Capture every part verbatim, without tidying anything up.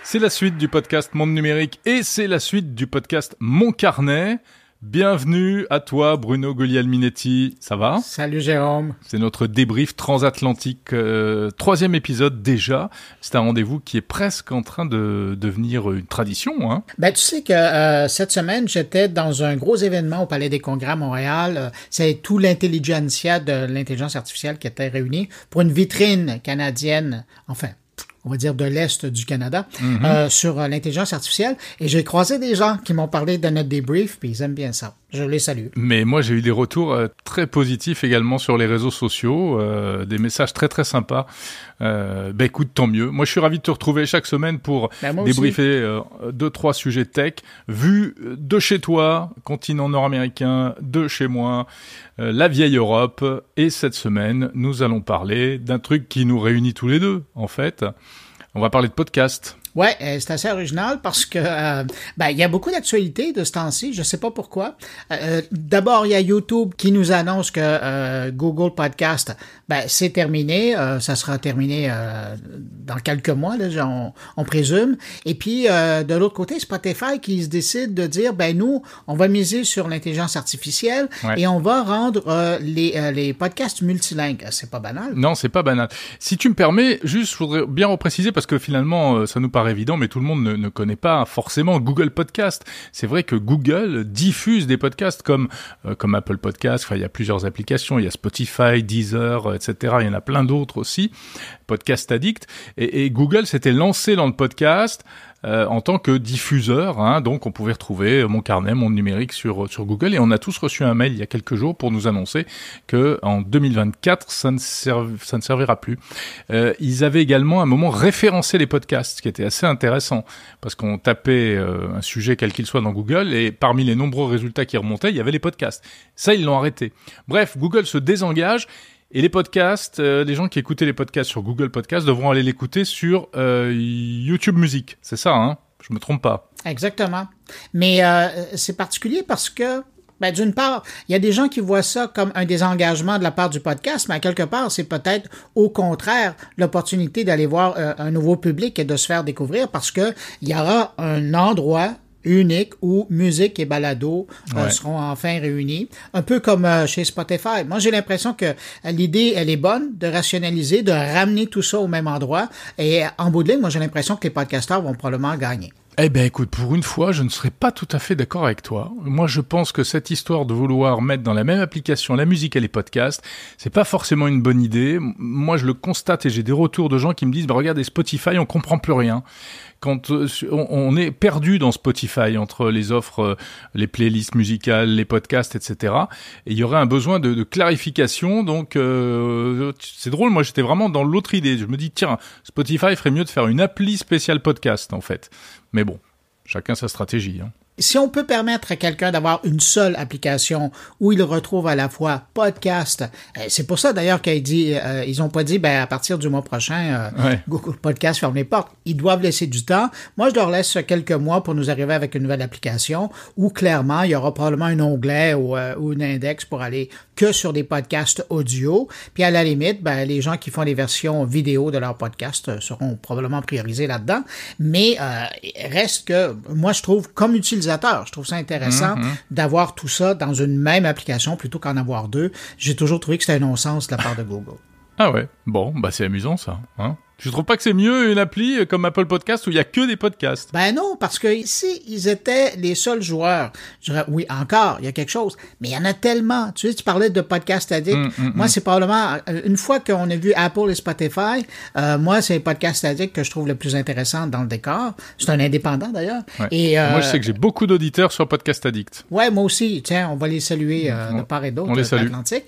C'est la suite du podcast Monde Numérique et c'est la suite du podcast Mon Carnet. Bienvenue à toi, Bruno Guglielminetti. Ça va ? Salut Jérôme. C'est notre débrief transatlantique, euh, troisième épisode déjà. C'est un rendez-vous qui est presque en train de devenir une tradition, hein. Ben, tu sais que euh, cette semaine, j'étais dans un gros événement au Palais des Congrès à Montréal. Euh, c'est tout l'intelligentsia de l'intelligence artificielle qui était réunie pour une vitrine canadienne, enfin, on va dire de l'Est du Canada, mm-hmm. euh, sur euh, l'intelligence artificielle. Et j'ai croisé des gens qui m'ont parlé de notre débrief, puis ils aiment bien ça. Je les salue. Mais moi, j'ai eu des retours euh, très positifs également sur les réseaux sociaux, euh, des messages très très sympas. Euh, ben écoute, tant mieux. Moi, je suis ravi de te retrouver chaque semaine pour ben, débriefer euh, deux, trois sujets tech, vus de chez toi, continent nord-américain, de chez moi, euh, la vieille Europe. Et cette semaine, nous allons parler d'un truc qui nous réunit tous les deux, en fait. On va parler de podcast. Ouais, euh, c'est assez original parce que euh, ben il y a beaucoup d'actualités de ce temps-ci, je sais pas pourquoi. Euh, d'abord, il y a YouTube qui nous annonce que euh, Google Podcast, ben c'est terminé, euh, ça sera terminé euh, dans quelques mois, là, on, on présume. Et puis euh, de l'autre côté, Spotify qui se décide de dire ben nous, on va miser sur l'intelligence artificielle ouais. et on va rendre euh, les euh, les podcasts multilingues. C'est pas banal. Non, c'est pas banal. Si tu me permets, juste je voudrais bien repréciser parce que finalement euh, ça nous paraît évident, mais tout le monde ne, ne connaît pas forcément Google Podcast. C'est vrai que Google diffuse des podcasts comme euh, comme Apple Podcast. Enfin, il y a plusieurs applications. Il y a Spotify, Deezer, et cetera. Il y en a plein d'autres aussi. Podcast Addict. Et, et Google s'était lancé dans le podcast euh, en tant que diffuseur. Hein, donc, on pouvait retrouver Mon Carnet, Monde Numérique sur sur Google. Et on a tous reçu un mail il y a quelques jours pour nous annoncer que en deux mille vingt-quatre, ça ne serv- ça ne servira plus. Euh, ils avaient également à un moment référencé les podcasts, ce qui était assez intéressant parce qu'on tapait euh, un sujet quel qu'il soit dans Google et parmi les nombreux résultats qui remontaient, il y avait les podcasts. Ça, ils l'ont arrêté. Bref, Google se désengage. Et les podcasts, euh, les gens qui écoutaient les podcasts sur Google Podcasts devront aller l'écouter sur euh, YouTube Music. C'est ça, hein? Je me trompe pas. Exactement. Mais euh, c'est particulier parce que, ben, d'une part, il y a des gens qui voient ça comme un désengagement de la part du podcast, mais à quelque part, c'est peut-être au contraire l'opportunité d'aller voir euh, un nouveau public et de se faire découvrir parce que il y aura un endroit unique où musique et balado euh, ouais. seront enfin réunis, un peu comme euh, chez Spotify. Moi, j'ai l'impression que euh, l'idée, elle est bonne de rationaliser, de ramener tout ça au même endroit. Et en bout de ligne, moi, j'ai l'impression que les podcasteurs vont probablement gagner. Eh ben, écoute, pour une fois, je ne serais pas tout à fait d'accord avec toi. Moi, je pense que cette histoire de vouloir mettre dans la même application la musique et les podcasts, c'est pas forcément une bonne idée. Moi, je le constate et j'ai des retours de gens qui me disent, bah, regardez, Spotify, on comprend plus rien. Quand euh, on, on est perdu dans Spotify entre les offres, euh, les playlists musicales, les podcasts, et cetera. Et il y aurait un besoin de, de clarification. Donc, euh, c'est drôle. Moi, j'étais vraiment dans l'autre idée. Je me dis, tiens, Spotify ferait mieux de faire une appli spéciale podcast, en fait. Mais bon, chacun sa stratégie, hein. Si on peut permettre à quelqu'un d'avoir une seule application où il retrouve à la fois podcast, c'est pour ça d'ailleurs qu'ils dit, euh, ils ont pas dit ben à partir du mois prochain euh, ouais. Google Podcast ferme les portes. Ils doivent laisser du temps. Moi, je leur laisse quelques mois pour nous arriver avec une nouvelle application où clairement il y aura probablement un onglet ou, euh, ou un index pour aller que sur des podcasts audio. Puis à la limite, ben les gens qui font des versions vidéo de leurs podcasts seront probablement priorisés là-dedans. Mais euh, reste que moi je trouve comme utilisateur je trouve ça intéressant mm-hmm. d'avoir tout ça dans une même application plutôt qu'en avoir deux. J'ai toujours trouvé que c'était un non-sens de la part de Google. Ah ouais, bon, bah c'est amusant ça, hein. Tu trouves pas que c'est mieux une appli comme Apple Podcast où il y a que des podcasts? Ben non, parce que ici, ils étaient les seuls joueurs. Je dirais, oui, encore, il y a quelque chose. Mais il y en a tellement. Tu sais, tu parlais de Podcast Addict. Mm, mm, moi, mm. c'est probablement, une fois qu'on a vu Apple et Spotify, euh, moi, c'est Podcast Addict que je trouve le plus intéressant dans le décor. C'est un indépendant, d'ailleurs. Ouais. Et, euh, moi, je sais que j'ai beaucoup d'auditeurs sur Podcast Addict. Ouais, moi aussi. Tiens, on va les saluer euh, on, de part et d'autre. On les salue. Atlantique.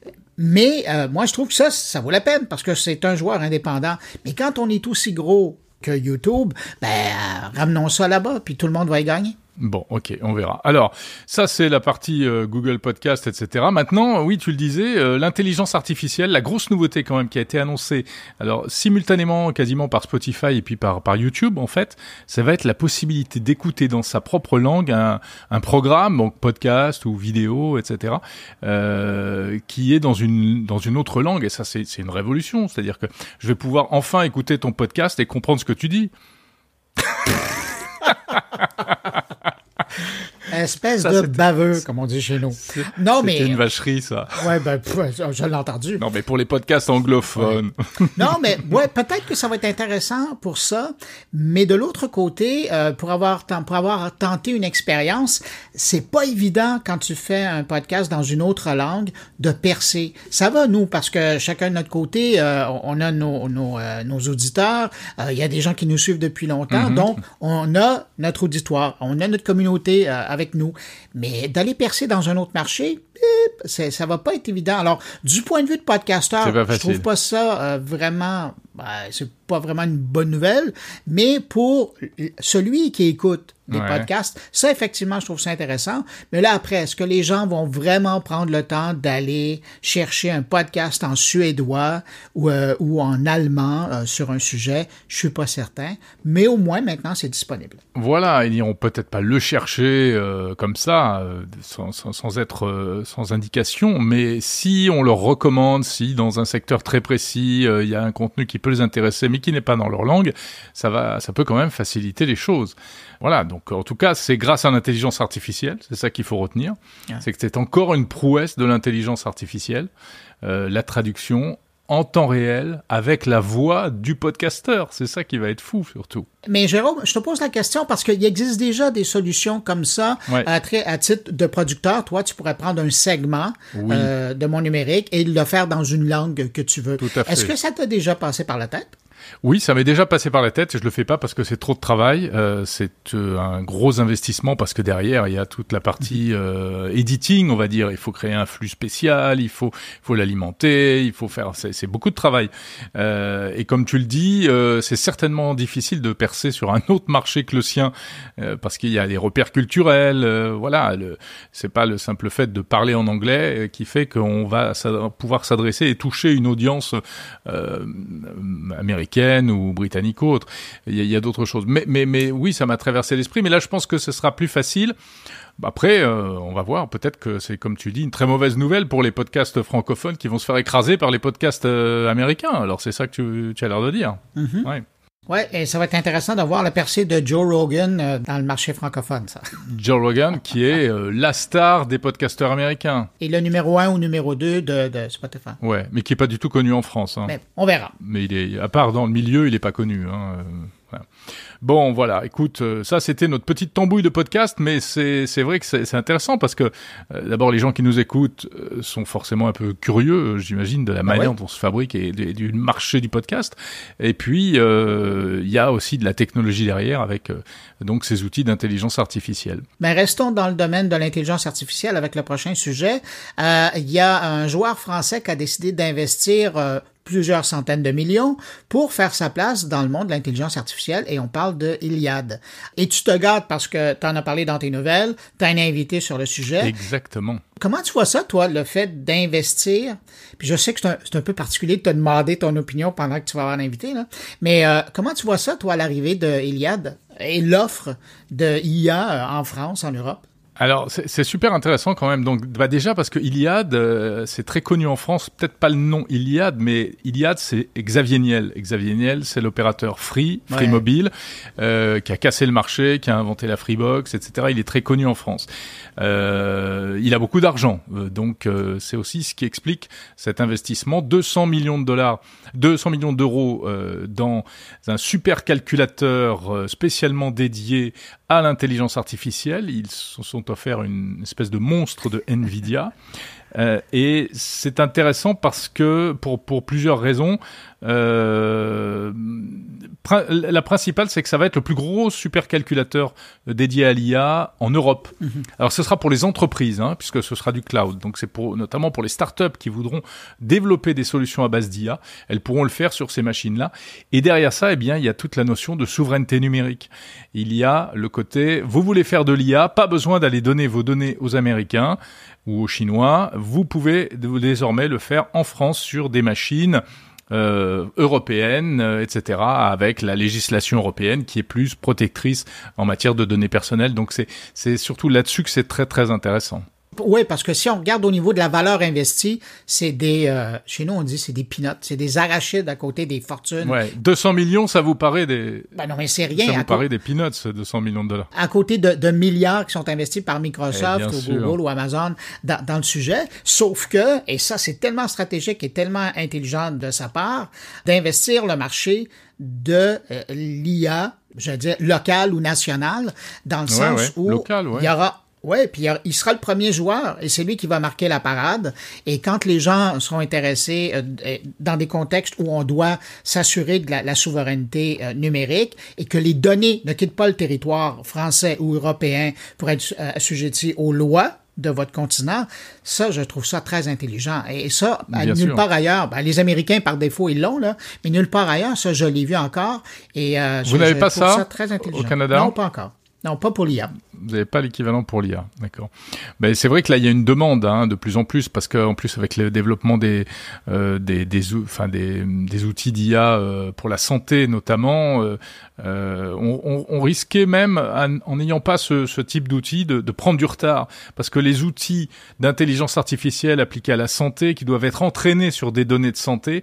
Mais euh, moi, je trouve que ça, ça vaut la peine parce que c'est un joueur indépendant. Mais quand on est aussi gros que YouTube, ben euh, ramenons ça là-bas, puis tout le monde va y gagner. Bon, ok, on verra. Alors, ça, c'est la partie euh, Google Podcast, et cetera. Maintenant, oui, tu le disais, euh, l'intelligence artificielle, la grosse nouveauté quand même qui a été annoncée, alors simultanément quasiment par Spotify et puis par par YouTube, en fait, ça va être la possibilité d'écouter dans sa propre langue un, un programme, donc podcast ou vidéo, et cetera, euh, qui est dans une dans une autre langue. Et ça, c'est c'est une révolution. C'est-à-dire que je vais pouvoir enfin écouter ton podcast et comprendre ce que tu dis. Espèce ça, de c'était... baveux, comme on dit chez nous. C'est... Non, c'était mais... une vacherie, ça. Ouais, ben, pff, je l'ai entendu. Non, mais pour les podcasts anglophones. Ouais. Non, mais ouais, peut-être que ça va être intéressant pour ça, mais de l'autre côté, euh, pour avoir pour avoir tenté une expérience, c'est pas évident quand tu fais un podcast dans une autre langue de percer. Ça va, nous, parce que chacun de notre côté, euh, on a nos nos, euh, nos auditeurs, il euh, y a des gens qui nous suivent depuis longtemps, mm-hmm. donc on a notre auditoire, on a notre communauté euh, avec nous. Mais d'aller percer dans un autre marché, c'est, ça va pas être évident. Alors, du point de vue de podcasteur, je trouve pas ça euh, vraiment... Ben, c'est pas vraiment une bonne nouvelle, mais pour celui qui écoute des ouais. podcasts, ça, effectivement, je trouve ça intéressant. Mais là, après, est-ce que les gens vont vraiment prendre le temps d'aller chercher un podcast en suédois ou, euh, ou en allemand euh, sur un sujet? Je suis pas certain. Mais au moins, maintenant, c'est disponible. Voilà, ils n'iront peut-être pas le chercher euh, comme ça, euh, sans, sans, sans être... Euh, sans indication, mais si on leur recommande, si dans un secteur très précis, il euh, y a un contenu qui peut les intéresser, mais qui n'est pas dans leur langue, ça va, ça peut quand même faciliter les choses. Voilà, donc en tout cas, c'est grâce à l'intelligence artificielle, c'est ça qu'il faut retenir, yeah. c'est que c'est encore une prouesse de l'intelligence artificielle, euh, la traduction en temps réel, avec la voix du podcasteur. C'est ça qui va être fou, surtout. Mais Jérôme, je te pose la question parce qu'il existe déjà des solutions comme ça. Ouais. À, très, à titre de producteur, toi, tu pourrais prendre un segment oui. euh, de mon numérique et le faire dans une langue que tu veux. Tout à fait. Est-ce que ça t'a déjà passé par la tête? Oui, ça m'est déjà passé par la tête et je le fais pas parce que c'est trop de travail. Euh, c'est euh, un gros investissement parce que derrière il y a toute la partie euh, editing, on va dire. Il faut créer un flux spécial, il faut, il faut l'alimenter, il faut faire. C'est, c'est beaucoup de travail. Euh, et comme tu le dis, euh, c'est certainement difficile de percer sur un autre marché que le sien euh, parce qu'il y a des repères culturels. Euh, voilà, le, c'est pas le simple fait de parler en anglais euh, qui fait qu'on va pouvoir s'adresser et toucher une audience euh, américaine ou britannique ou autre. Il y a, il y a d'autres choses. Mais, mais, mais oui, ça m'a traversé l'esprit. Mais là, je pense que ce sera plus facile. Après, euh, on va voir. Peut-être que c'est, comme tu dis, une très mauvaise nouvelle pour les podcasts francophones qui vont se faire écraser par les podcasts euh, américains. Alors, c'est ça que tu, tu as l'air de dire. Mm-hmm. Ouais. Oui, et ça va être intéressant de voir la percée de Joe Rogan euh, dans le marché francophone, ça. Joe Rogan, qui est euh, la star des podcasteurs américains. Et le numéro un ou numéro deux de, de Spotify. Ouais, mais qui est pas du tout connu en France. Hein. Mais on verra. Mais il est, à part dans le milieu, il est pas connu. Hein. Euh, voilà. Bon, voilà, écoute, euh, ça c'était notre petite tambouille de podcast, mais c'est c'est vrai que c'est, c'est intéressant parce que euh, d'abord les gens qui nous écoutent euh, sont forcément un peu curieux, euh, j'imagine, de la manière ouais. dont on se fabrique et de, du marché du podcast. Et puis il euh, y a aussi de la technologie derrière avec euh, donc ces outils d'intelligence artificielle. Mais restons dans le domaine de l'intelligence artificielle avec le prochain sujet. Il euh, y a un joueur français qui a décidé d'investir euh, plusieurs centaines de millions pour faire sa place dans le monde de l'intelligence artificielle et on parle de Iliad. Et tu te gâtes parce que tu en as parlé dans tes nouvelles, tu as un invité sur le sujet. Exactement. Comment tu vois ça, toi, le fait d'investir? Puis je sais que c'est un, c'est un peu particulier de te demander ton opinion pendant que tu vas avoir un invité, là. Mais euh, comment tu vois ça, toi, l'arrivée de Iliad et l'offre de I A en France, en Europe? Alors, c'est, c'est super intéressant quand même. Donc, bah déjà parce que Iliad, euh, c'est très connu en France. Peut-être pas le nom Iliad, mais Iliad, c'est Xavier Niel. Xavier Niel, c'est l'opérateur Free, Free ouais. Mobile, euh, qui a cassé le marché, qui a inventé la Freebox, et cetera. Il est très connu en France. Euh, il a beaucoup d'argent, euh, donc euh, c'est aussi ce qui explique cet investissement. deux cents millions de dollars, deux cents millions d'euros euh, dans un super calculateur euh, spécialement dédié à l'intelligence artificielle. Ils se sont offerts une espèce de monstre de Nvidia. Euh, et c'est intéressant parce que, pour, pour plusieurs raisons, euh, pr- la principale, c'est que ça va être le plus gros supercalculateur dédié à l'I A en Europe. Mmh. Alors, ce sera pour les entreprises, hein, puisque ce sera du cloud. Donc, c'est pour, notamment pour les startups qui voudront développer des solutions à base d'I A. Elles pourront le faire sur ces machines-là. Et derrière ça, eh bien, il y a toute la notion de souveraineté numérique. Il y a le côté, vous voulez faire de l'I A, pas besoin d'aller donner vos données aux Américains ou aux Chinois, vous pouvez désormais le faire en France sur des machines euh, européennes, euh, et cetera, avec la législation européenne qui est plus protectrice en matière de données personnelles. Donc c'est c'est surtout là-dessus que c'est très très intéressant. Oui, parce que si on regarde au niveau de la valeur investie, c'est des, euh, chez nous on dit c'est des peanuts, c'est des arachides à côté des fortunes. Ouais, deux cents millions, ça vous paraît des... Ben non, mais c'est rien. Ça vous à paraît co- des peanuts, deux cents millions de dollars. À côté de, de milliards qui sont investis par Microsoft Eh, ou sûr. Google ou Amazon dans, dans le sujet. Sauf que, et ça c'est tellement stratégique et tellement intelligent de sa part, d'investir le marché de euh, l'I A, je veux dire, local ou national, dans le Ouais, sens ouais. où Local, ouais. il y aura... Oui, puis il sera le premier joueur et c'est lui qui va marquer la parade. Et quand les gens seront intéressés euh, dans des contextes où on doit s'assurer de la, la souveraineté euh, numérique et que les données ne quittent pas le territoire français ou européen pour être euh, assujettis aux lois de votre continent, ça, je trouve ça très intelligent. Et ça, à nulle sûr. part ailleurs, ben, les Américains, par défaut, ils l'ont, là, mais nulle part ailleurs, ça, je l'ai vu encore. Et euh, Vous je, n'avez je pas trouve ça ça très intelligent. au Canada? Non, pas encore. Non, pas pour l'I A. Vous n'avez pas l'équivalent pour l'I A, d'accord. Mais c'est vrai que là, il y a une demande hein, de plus en plus, parce qu'en plus, avec le développement des, euh, des, des, enfin, des, des outils d'I A euh, pour la santé notamment, euh, euh, on, on, on risquait même, en n'ayant pas ce, ce type d'outils, de, de prendre du retard. Parce que les outils d'intelligence artificielle appliqués à la santé, qui doivent être entraînés sur des données de santé,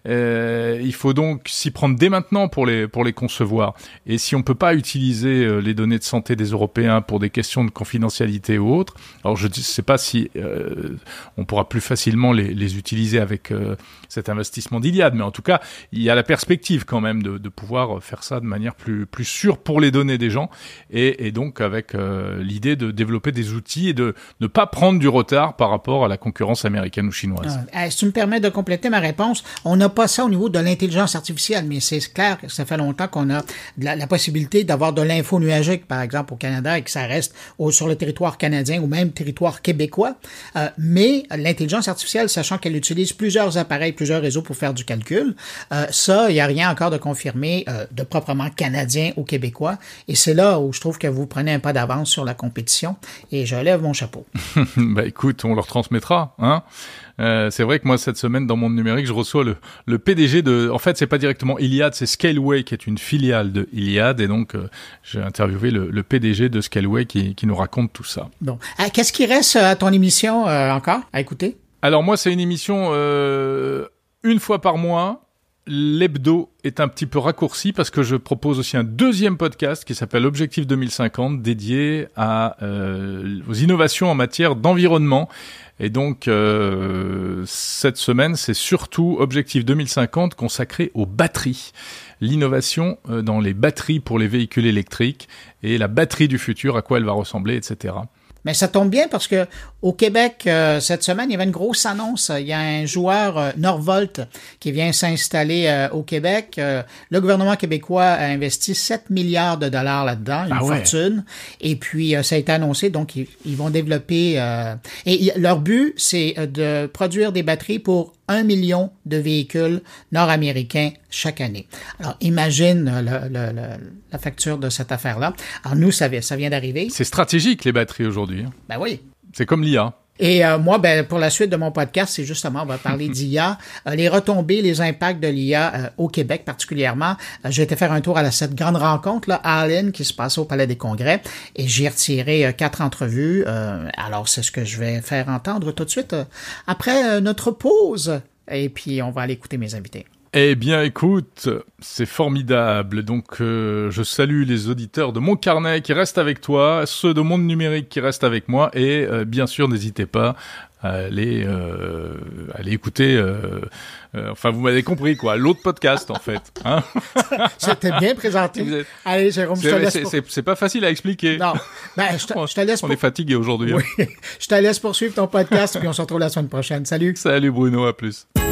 euh, il faut donc s'y prendre dès maintenant pour les, pour les concevoir. Et si on peut pas utiliser euh, les données de santé des Européens pour des questions de confidentialité ou autres, alors je ne sais pas si euh, on pourra plus facilement les, les utiliser avec euh, cet investissement d'Iliad, mais en tout cas, il y a la perspective quand même de, de pouvoir faire ça de manière plus, plus sûre pour les données des gens, et, et donc avec euh, l'idée de développer des outils et de ne pas prendre du retard par rapport à la concurrence américaine ou chinoise. Euh, si tu me permets de compléter ma réponse, on n'a pas ça au niveau de l'intelligence artificielle, mais c'est clair que ça fait longtemps qu'on a la, la possibilité d'avoir de l'info nuagique, par exemple, au Canada, et que ça reste au, sur le territoire canadien ou même territoire québécois. Euh, mais l'intelligence artificielle, sachant qu'elle utilise plusieurs appareils, plusieurs réseaux pour faire du calcul, euh, ça, il n'y a rien encore de confirmé euh, de proprement canadien ou québécois. Et c'est là où je trouve que vous prenez un pas d'avance sur la compétition. Et je lève mon chapeau. Bah écoute, on leur transmettra, hein. Euh, c'est vrai que moi cette semaine dans Monde Numérique, je reçois le, le P D G de, en fait c'est pas directement Iliad, c'est Scaleway qui est une filiale de Iliad, et donc euh, j'ai interviewé le, le P D G de Scaleway qui, qui nous raconte tout ça. Bon, ah, qu'est-ce qui reste à ton émission euh, encore à écouter? Alors moi c'est une émission euh, une fois par mois. L'hebdo est un petit peu raccourci parce que je propose aussi un deuxième podcast qui s'appelle Objectif deux mille cinquante, dédié à, euh, aux innovations en matière d'environnement. Et donc, euh, cette semaine, c'est surtout Objectif deux mille cinquante consacré aux batteries. L'innovation euh, dans les batteries pour les véhicules électriques et la batterie du futur, à quoi elle va ressembler, et cetera. Mais ça tombe bien parce que au Québec, euh, cette semaine, il y avait une grosse annonce. Il y a un joueur, euh, Norvolt, qui vient s'installer euh, au Québec. Euh, le gouvernement québécois a investi sept milliards de dollars là-dedans, une ah ouais. fortune. Et puis, euh, ça a été annoncé, donc ils, ils vont développer... Euh, et y, leur but, c'est de produire des batteries pour un million de véhicules nord-américains chaque année. Alors, imagine le, le, le, la facture de cette affaire-là. Alors, nous, ça, ça vient d'arriver. C'est stratégique, les batteries aujourd'hui. Ben oui. C'est comme l'I A. Et euh, moi, ben pour la suite de mon podcast, c'est justement, on va parler d'I A, euh, les retombées, les impacts de l'I A euh, au Québec particulièrement. Euh, j'ai été faire un tour à la, cette grande rencontre, là, Allen, qui se passait au Palais des Congrès, et j'ai retiré euh, quatre entrevues. Euh, alors, c'est ce que je vais faire entendre tout de suite euh, après euh, notre pause. Et puis, on va aller écouter mes invités. Eh bien, écoute, c'est formidable. Donc, euh, je salue les auditeurs de Mon Carnet qui restent avec toi, ceux de Monde Numérique qui restent avec moi, et euh, bien sûr, n'hésitez pas à aller, euh, à aller écouter. Euh, euh, enfin, vous m'avez compris, quoi. L'autre podcast, en fait. Hein. C'était bien présenté. Êtes... Allez, Jérôme, je te laisse. C'est, pour... c'est, c'est pas facile à expliquer. Non. Ben, je te, je te laisse. On pour... est fatigué aujourd'hui. Oui. Hein. Je te laisse poursuivre ton podcast, puis on se retrouve la semaine prochaine. Salut. Salut Bruno, à plus.